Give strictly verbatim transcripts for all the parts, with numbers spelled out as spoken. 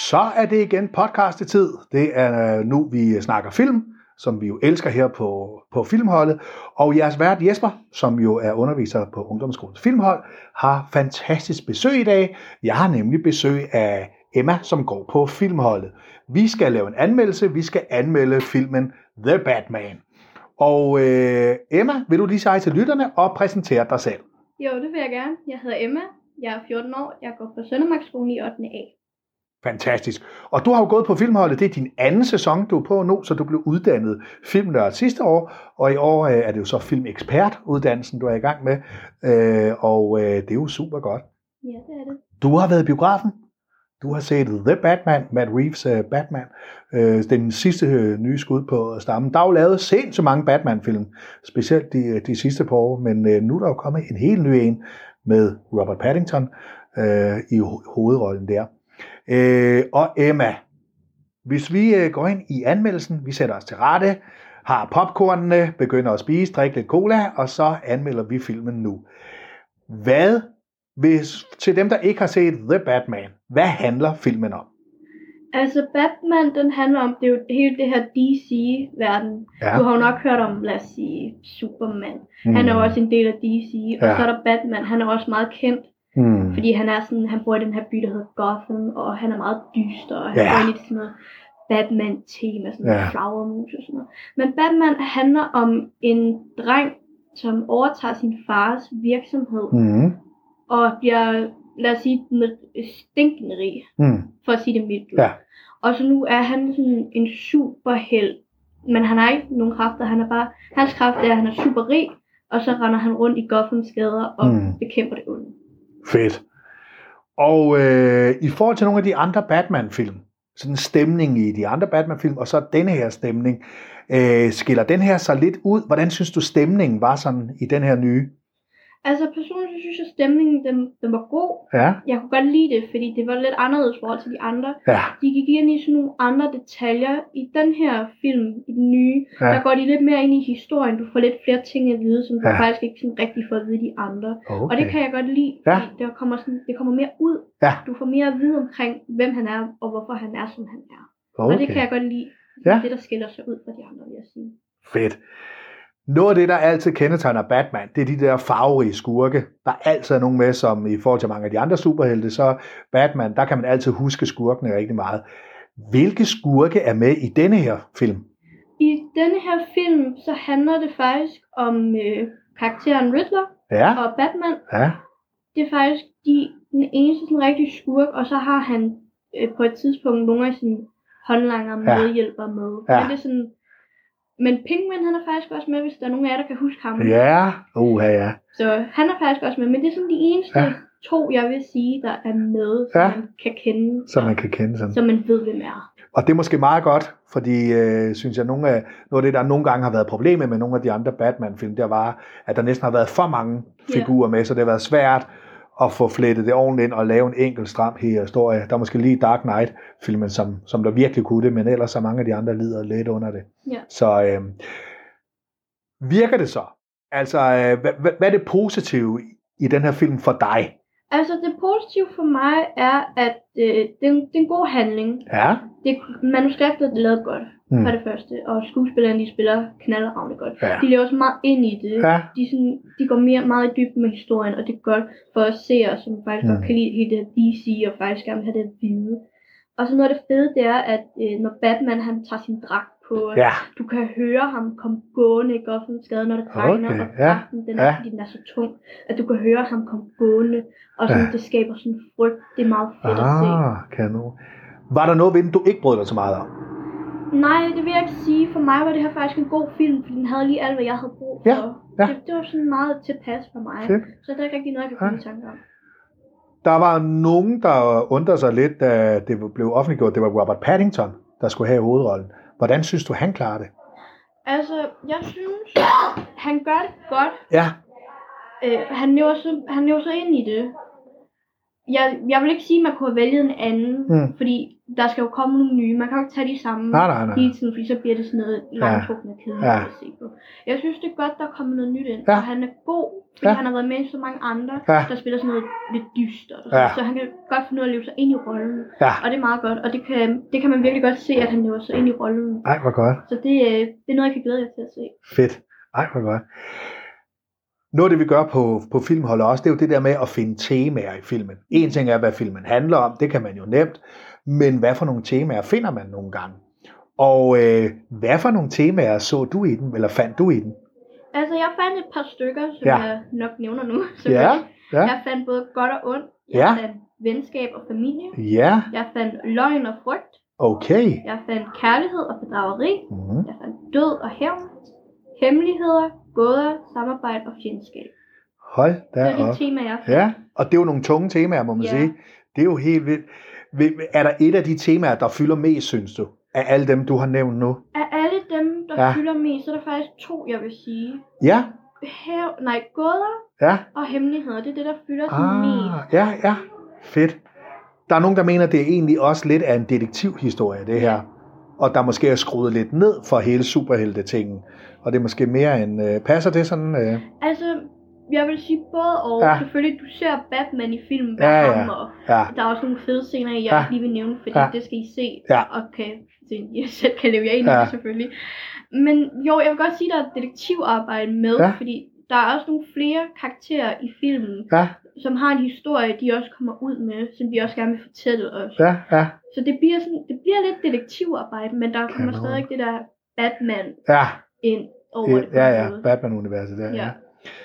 Så er det igen podcastetid. Det er nu, vi snakker film, som vi jo elsker her på, på Filmholdet. Og jeres vært Jesper, som jo er underviser på Ungdomsskolens Filmhold, har fantastisk besøg i dag. Jeg har nemlig besøg af Emma, som går på Filmholdet. Vi skal lave en anmeldelse. Vi skal anmelde filmen The Batman. Og øh, Emma, vil du lige sige til lytterne og præsentere dig selv? Jo, det vil jeg gerne. Jeg hedder Emma. Jeg er fjorten år. Jeg går på Søndermarksskolen i ottende A. Fantastisk. Og du har jo gået på Filmholdet. Det er din anden sæson, du er på nu, så du blev uddannet filmnørd sidste år. Og i år øh, er det jo så filmekspertuddannelsen, du er i gang med. Øh, og øh, det er jo super godt. Ja, det er det. Du har været i biografen. Du har set The Batman, Matt Reeves' uh, Batman. Øh, den sidste øh, nye skud på stammen. Der er jo lavet sindssygt mange Batman-film, specielt de, de sidste par år, men øh, nu er der jo kommet en helt ny en med Robert Pattinson øh, i ho- hovedrollen der. Øh, og Emma, hvis vi øh, går ind i anmeldelsen, vi sætter os til rette, har popcornene, begynder at spise, drikke lidt cola, og så anmelder vi filmen nu. Hvad, hvis, til dem, der ikke har set The Batman, hvad handler filmen om? Altså, Batman, den handler om, det er jo hele det her D C-verden. Ja. Du har jo nok hørt om, lad os sige, Superman. Mm. Han er jo også en del af D C, og Ja. så er der Batman. Han er også meget kendt, Hmm. fordi han er sådan, han bor i den her by, der hedder Gotham, og han er meget dyster, og han Ja. går ind i sådan noget Batman-tema, sådan Ja. noget flagermus og sådan noget. Men Batman handler om en dreng, som overtager sin fars virksomhed, Hmm. og bliver, lad os sige, den stinkende rig, Hmm. for at sige det mildt ud. Ja. Og så nu er han sådan en superheld, men han har ikke nogen kræfter, han er bare, hans kraft er, at han er super rig, og så render han rundt i Gothams gader og Mm. bekæmper det onde. Fedt. Og øh, i forhold til nogle af de andre Batman-film, sådan en stemning i de andre Batman-film, og så denne her stemning, øh, skiller den her så lidt ud? Hvordan synes du stemningen var sådan i den her nye? Altså personligt så synes jeg, at stemningen den, den var god. Ja, Jeg kunne godt lide det, fordi det var lidt anderledes i forhold til de andre. ja, De gik ind i sådan nogle andre detaljer. I den her film, i den nye, Ja. der går de lidt mere ind i historien. Du får lidt flere ting at vide, som du Ja. faktisk ikke sådan rigtig får at vide i de andre. okay. Og det kan jeg godt lide, Ja. fordi det kommer, sådan, det kommer mere ud. Ja. Du får mere at vide omkring, hvem han er, og hvorfor han er, som han er. Okay. Og det kan jeg godt lide. Ja. Det, der skiller sig ud fra de andre, vil jeg sige. Fedt. Noget af det, der altid kendetegner Batman, det er de der farverige skurke. Der er altid nogen med, som i forhold til mange af de andre superhelte, så Batman, der kan man altid huske skurkene rigtig meget. Hvilke skurke er med i denne her film? I denne her film, så handler det faktisk om øh, karakteren Riddler Ja, og Batman. ja, Det er faktisk de, den eneste sådan rigtige skurk, og så har han øh, på et tidspunkt nogle af sine håndlanger Ja. medhjælpere med. Ja. Men det er sådan, men Penguin, han er faktisk også med, hvis der er nogen af jer, der kan huske ham. ja, uha, ja. Så han er faktisk også med, men det er sådan de eneste Ja. ja. to, jeg vil sige, der er med, som Ja. man kan kende, Så man kan kende sådan. så man ved, hvem er. Og det er måske meget godt, fordi øh, synes jeg, nogle af, noget af det, der nogle gange har været problemet med nogle af de andre Batman-film, der var, at der næsten har været for mange figurer med, så det har været svært at få flettet det ordentligt ind og lave en enkelt stram her historie. Der er måske lige Dark Knight-filmen, som, som der virkelig kunne det, men ellers så mange af de andre lider lidt under det. Ja. Så øh, virker det så? Altså, øh, hvad, hvad, hvad er det positive i, i den her film for dig? Altså det positive for mig er, at øh, det, er en, det er en god handling. Ja. Det, manuskriptet er lavet godt, Mm. mm. for det første, og skuespillerne, de spiller knalderhavne godt. Ja. De lever også meget ind i det. Ja. De, sådan, de går mere meget i dybden med historien, og det er godt for os seere, som faktisk Mm. godt kan lide hele det her D C, og faktisk gerne vil have det at vide. Og så noget af det fede, det er, at øh, når Batman han tager sin dragt på, Ja. du kan høre ham komme gående i Gothams Gade, når det regner, Okay, og ja, dragten, den er, ja. fordi den er så tung, at du kan høre ham komme gående, og sådan, Ja. det skaber sådan en frygt. Det er meget fedt at se. Ah, kanon. Var der noget ved den, du ikke brød dig så meget om? Nej, det vil jeg ikke sige. For mig var det her faktisk en god film, fordi den havde lige alt, hvad jeg havde brug for. Ja, ja. Det, det var sådan meget tilpas for mig. Fedt. Så det er ikke rigtig noget, jeg kan komme i tanke om. Der var nogen, der undrede sig lidt, da det blev offentliggjort, det var Robert Pattinson, der skulle have hovedrollen. Hvordan synes du, han klarer det? Altså, jeg synes, han gør det godt. Ja, Øh, han, lever så, han lever så ind i det. Jeg, jeg vil ikke sige, at man kunne have vælget en anden, Mm. fordi der skal jo komme nogle nye. Man kan jo ikke tage de samme Nej, nej, nej. hele tiden, fordi så bliver det sådan noget langtrukket og kedeligt Ja. at se på. Jeg synes, det er godt, der er kommet noget nyt ind, Ja. og han er god, fordi Ja. han har været med i så mange andre, Ja. der spiller sådan noget lidt dystert, og Ja. så han kan godt finde ud af at leve sig ind i rollen, Ja. og det er meget godt, og det kan, det kan man virkelig godt se, at han lever sig ind i rollen. Ej, hvor godt. Så det, øh, det er noget, jeg kan glæde jer til at se. Fedt. Ej, hvor godt. Noget af det, vi gør på, på filmholdet også, det er jo det der med at finde temaer i filmen. En ting er, hvad filmen handler om, det kan man jo nemt, men hvad for nogle temaer finder man nogle gange? Og øh, hvad for nogle temaer så du i den, eller fandt du i den? Altså, jeg fandt et par stykker, som Ja. jeg nok nævner nu. Ja, selvfølgelig. ja, Jeg fandt både godt og ondt. Jeg Ja. fandt venskab og familie. ja, Jeg fandt løgn og frygt. okay. Jeg fandt kærlighed og bedrageri. Mm. Jeg fandt død og hævn. Hemmeligheder, gåder, samarbejde og fjendskab. Hold Det da er de op. temaer, jeg fandt. Ja, og det er jo nogle tunge temaer, må man Ja. sige. Det er jo helt vildt. Vil- Er der et af de temaer, der fylder mest, synes du, af alle dem, du har nævnt nu? Af alle dem, der Ja. ja. fylder mest, så er der faktisk to, jeg vil sige. Ja, Hæv, nej, gåder ja. og hemmeligheder. Det er det, der fylder sådan mest. Ah, ja, ja. Fedt. Der er nogen, der mener, det er egentlig også lidt af en detektivhistorie, det her. Og der måske er skruet lidt ned for hele superhelte-tingen. Og det er måske mere en... Øh, passer det sådan? Øh? Altså, jeg vil sige både og. Ja. Ja. Selvfølgelig, du ser Batman i filmen hver Ja, ja. ham, og Ja, der er også nogle fede scener, jeg Ja. ja. lige vil nævne, fordi Ja. ja. det skal I se, Ja. og kan, så jeg selv kan leve jer ind i Ja. det selvfølgelig. Men jo, jeg vil godt sige, at der er detektivarbejde med, Ja. ja. fordi der er også nogle flere karakterer i filmen, ja, som har en historie, de også kommer ud med, som de også gerne vil fortælle os. ja, ja. Så det bliver, sådan, det bliver lidt detektivarbejde, men der kommer Kanon. stadig det der Batman Ja, ind over det. på ja, en ja. måde. Batman-universet der, ja. Ja.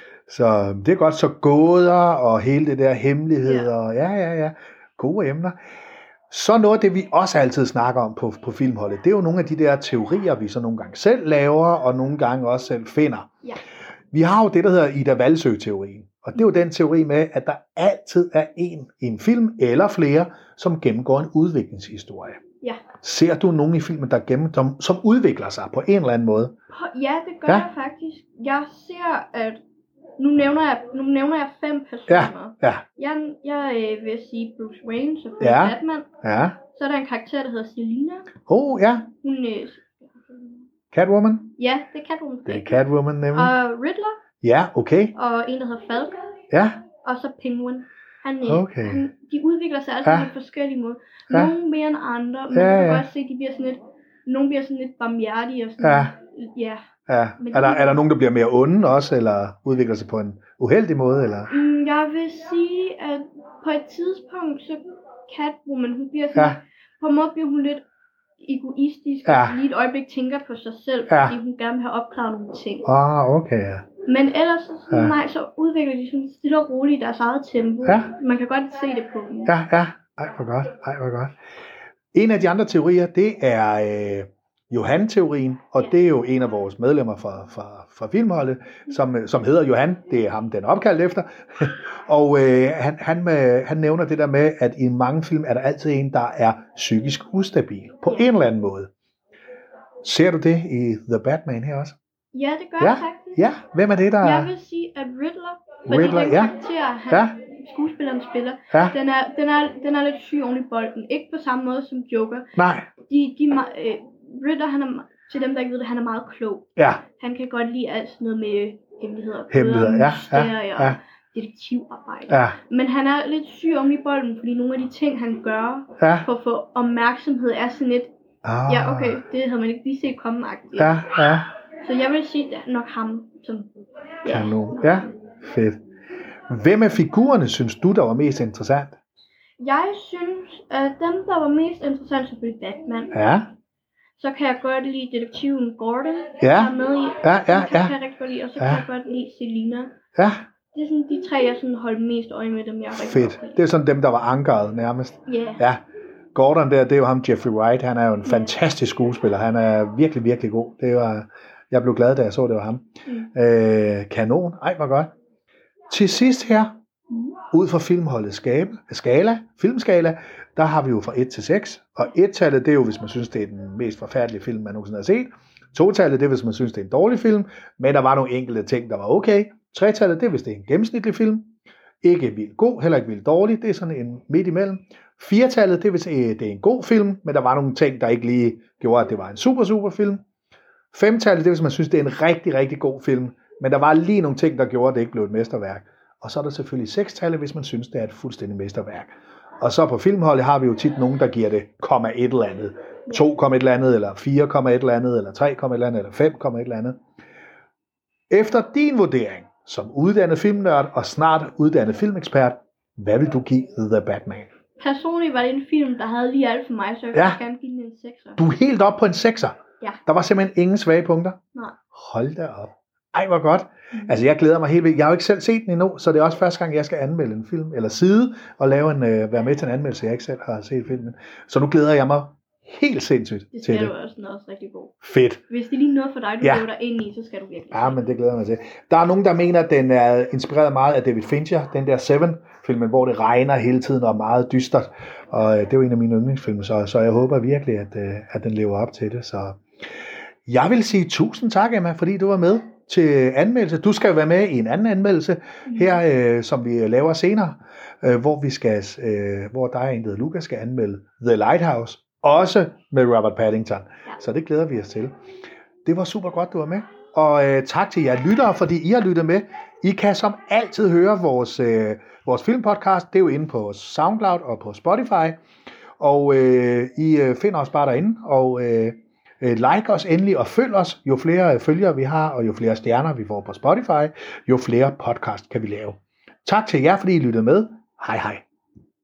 Så det er godt. Så gåder og hele det der hemmeligheder. Ja, ja, ja. Gode emner. Så noget af det, vi også altid snakker om på, på filmholdet, det er jo nogle af de der teorier, vi så nogle gange selv laver, og nogle gange også selv finder. Ja. Vi har jo det, der hedder Ida Valsø-teorien. Og det er jo den teori med, at der altid er en i en film, eller flere, som gennemgår en udviklingshistorie. Ja. Ser du nogen i filmen, der gennem, som, som udvikler sig på en eller anden måde? Ja, det gør Ja. ja. jeg faktisk. Jeg ser, at nu nævner jeg, nu nævner jeg fem personer. Ja, Jeg, jeg øh, vil sige Bruce Wayne, selvfølgelig Ja. ja. Batman. ja. Så er der en karakter, der hedder Selina. Oh, ja. Hun, øh, Catwoman. ja, det er Catwoman. Det er Catwoman nemlig. Og Riddler, Ja, okay. og en, der hedder Falcon, Ja, og så Penguin. Han, øh, Okay. han, de udvikler sig altså Ja. ja. på forskellige måder. Ja. Nogle mere end andre, men Ja, ja, du kan ja. godt se, at de bliver sådan lidt, nogle bliver sådan lidt barmhjertige og sådan Ja. ja. ja. Men Er der, det- er der nogen, der bliver mere onde også, eller udvikler sig på en uheldig måde? Eller? Mm, jeg vil sige, at på et tidspunkt, så Catwoman, hun bliver sådan, Ja. ja. på en måde bliver hun lidt egoistisk, Ja. og lige et øjeblik tænker på sig selv, Ja. fordi hun gerne vil have opklaret nogle ting. Ah, okay, ja. Men ellers, så, sådan, Ja. nej, så udvikler de sådan stille og roligt i deres eget tempo. Ja. Man kan godt se det på dem. Ja, ja. Ej, hvor godt. Ej, hvor godt. En af de andre teorier, det er øh, Johan-teorien, og Ja. det er jo en af vores medlemmer fra, fra, fra filmholdet, som, øh, som hedder Johan. Det er ham, den er opkaldt efter. og øh, han, han, øh, han nævner det der med, at i mange film er der altid en, der er psykisk ustabil, på Ja. en eller anden måde. Ser du det i The Batman her også? Ja, det gør Ja. jeg faktisk. Ja, hvem er det, der... Jeg vil sige, at Riddler, fordi Riddler, den ja. karakter, han, Ja. skuespilleren spiller, Ja, den er, den, er, den er lidt syg oven i bolden. Ikke på samme måde som Joker. nej, De, de, er me- øh, Riddler, han er, til dem, der ikke ved det, han er meget klog. ja, Han kan godt lide alt sådan noget med hemmeligheder, Hemmeligheder, gåder, ja, ja, mysterier ja. og detektivarbejde. ja, Men han er lidt syg oven i bolden, fordi nogle af de ting, han gør ja. for at få opmærksomhed, er sådan lidt, Ah, ja okay, det havde man ikke lige set komme-agtigt. Ja, ja. Så jeg vil sige, det er nok ham, som... Kanon. Ja, fedt. Hvem af figurerne synes du, der var mest interessant? Jeg synes, at dem, der var mest interessant, selvfølgelig Batman. Ja, Så kan jeg godt lide detektiven Gordon, Ja. der er med i. ja, ja, Den kan ja, jeg rigtig godt lide, og så Ja. kan jeg godt lide Selina. ja. Det er sådan de tre, jeg sådan holdt mest øje med, dem jeg rigtig Fedt. godt kan lide. Det er sådan dem, der var ankeret nærmest. Ja. Ja, Gordon der, det er jo ham, Jeffrey Wright. Han er jo en fantastisk skuespiller. Han er virkelig, virkelig god. Det var, jeg blev glad, da jeg så, det var ham. Mm. Øh, kanon. Ej, hvor godt. Til sidst her, Mm. ud fra filmholdets skala, skala, filmskala, der har vi jo fra et til seks. Og et-tallet, det er jo, hvis man synes, det er den mest forfærdelige film, man nogensinde har set. To-tallet, det er, hvis man synes, det er en dårlig film, men der var nogle enkelte ting, der var okay. Tre-tallet, det er, hvis det er en gennemsnitlig film. Ikke vildt god, heller ikke vildt dårlig. Det er sådan en midt imellem. Firetallet, det vil sige, det er en god film, men der var nogle ting, der ikke lige gjorde, at det var en super, super film. Femtallet, det vil sige, man synes, det er en rigtig, rigtig god film, men der var lige nogle ting, der gjorde, at det ikke blev et mesterværk. Og så er der selvfølgelig sekstallet, hvis man synes, det er et fuldstændig mesterværk. Og så på filmholdet har vi jo tit nogen, der giver det komma et eller andet. to komma et eller andet, eller fire komma et eller andet, eller tre komma et eller andet, eller fem komma et eller andet. Efter din vurdering, som uddannet filmnørd og snart uddannet filmekspert, hvad vil du give The Batman? Personligt var det en film, der havde lige alt for mig, så jeg Ja. vil gerne give den en sekser. Du er helt op på en sekser. Ja. Der var simpelthen ingen svage punkter. Nej. Hold da op. Ej, hvor godt. Mm. Altså, jeg glæder mig helt vildt. Jeg har jo ikke selv set den endnu, så det er også første gang, jeg skal anmelde en film, eller sidde og lave en, øh, være med til en anmeldelse, jeg ikke selv har set filmen. Så nu glæder jeg mig helt sindssygt Det til skal det. du også, den er også rigtig god. Fedt. Hvis det er lige noget for dig, du Ja. lever dig ind i, så skal du virkelig. Ja, men det glæder jeg mig til. Der er nogen, der mener, at den er inspireret meget af David Fincher, den der Seven-filmen, hvor det regner hele tiden og er meget dystert. Og øh, det er jo en af mine yndlingsfilm, så, så jeg håber virkelig, at, øh, at den lever op til det. Så jeg vil sige tusind tak, Emma, fordi du var med til anmeldelse. Du skal jo være med i en anden anmeldelse her, øh, som vi laver senere, øh, hvor vi skal, øh, hvor dig og en, der hedder Lukas, skal anmelde The Lighthouse, også med Robert Pattinson. Ja. Så det glæder vi os til. Det var super godt, du var med. Og øh, tak til jer lyttere, fordi I har lyttet med. I kan som altid høre vores, øh, vores filmpodcast. Det er jo inde på SoundCloud og på Spotify. Og øh, I øh, finder os bare derinde. Og øh, like os endelig og følg os. Jo flere følgere vi har, og jo flere stjerner vi får på Spotify, jo flere podcast kan vi lave. Tak til jer, fordi I lyttede med. Hej hej.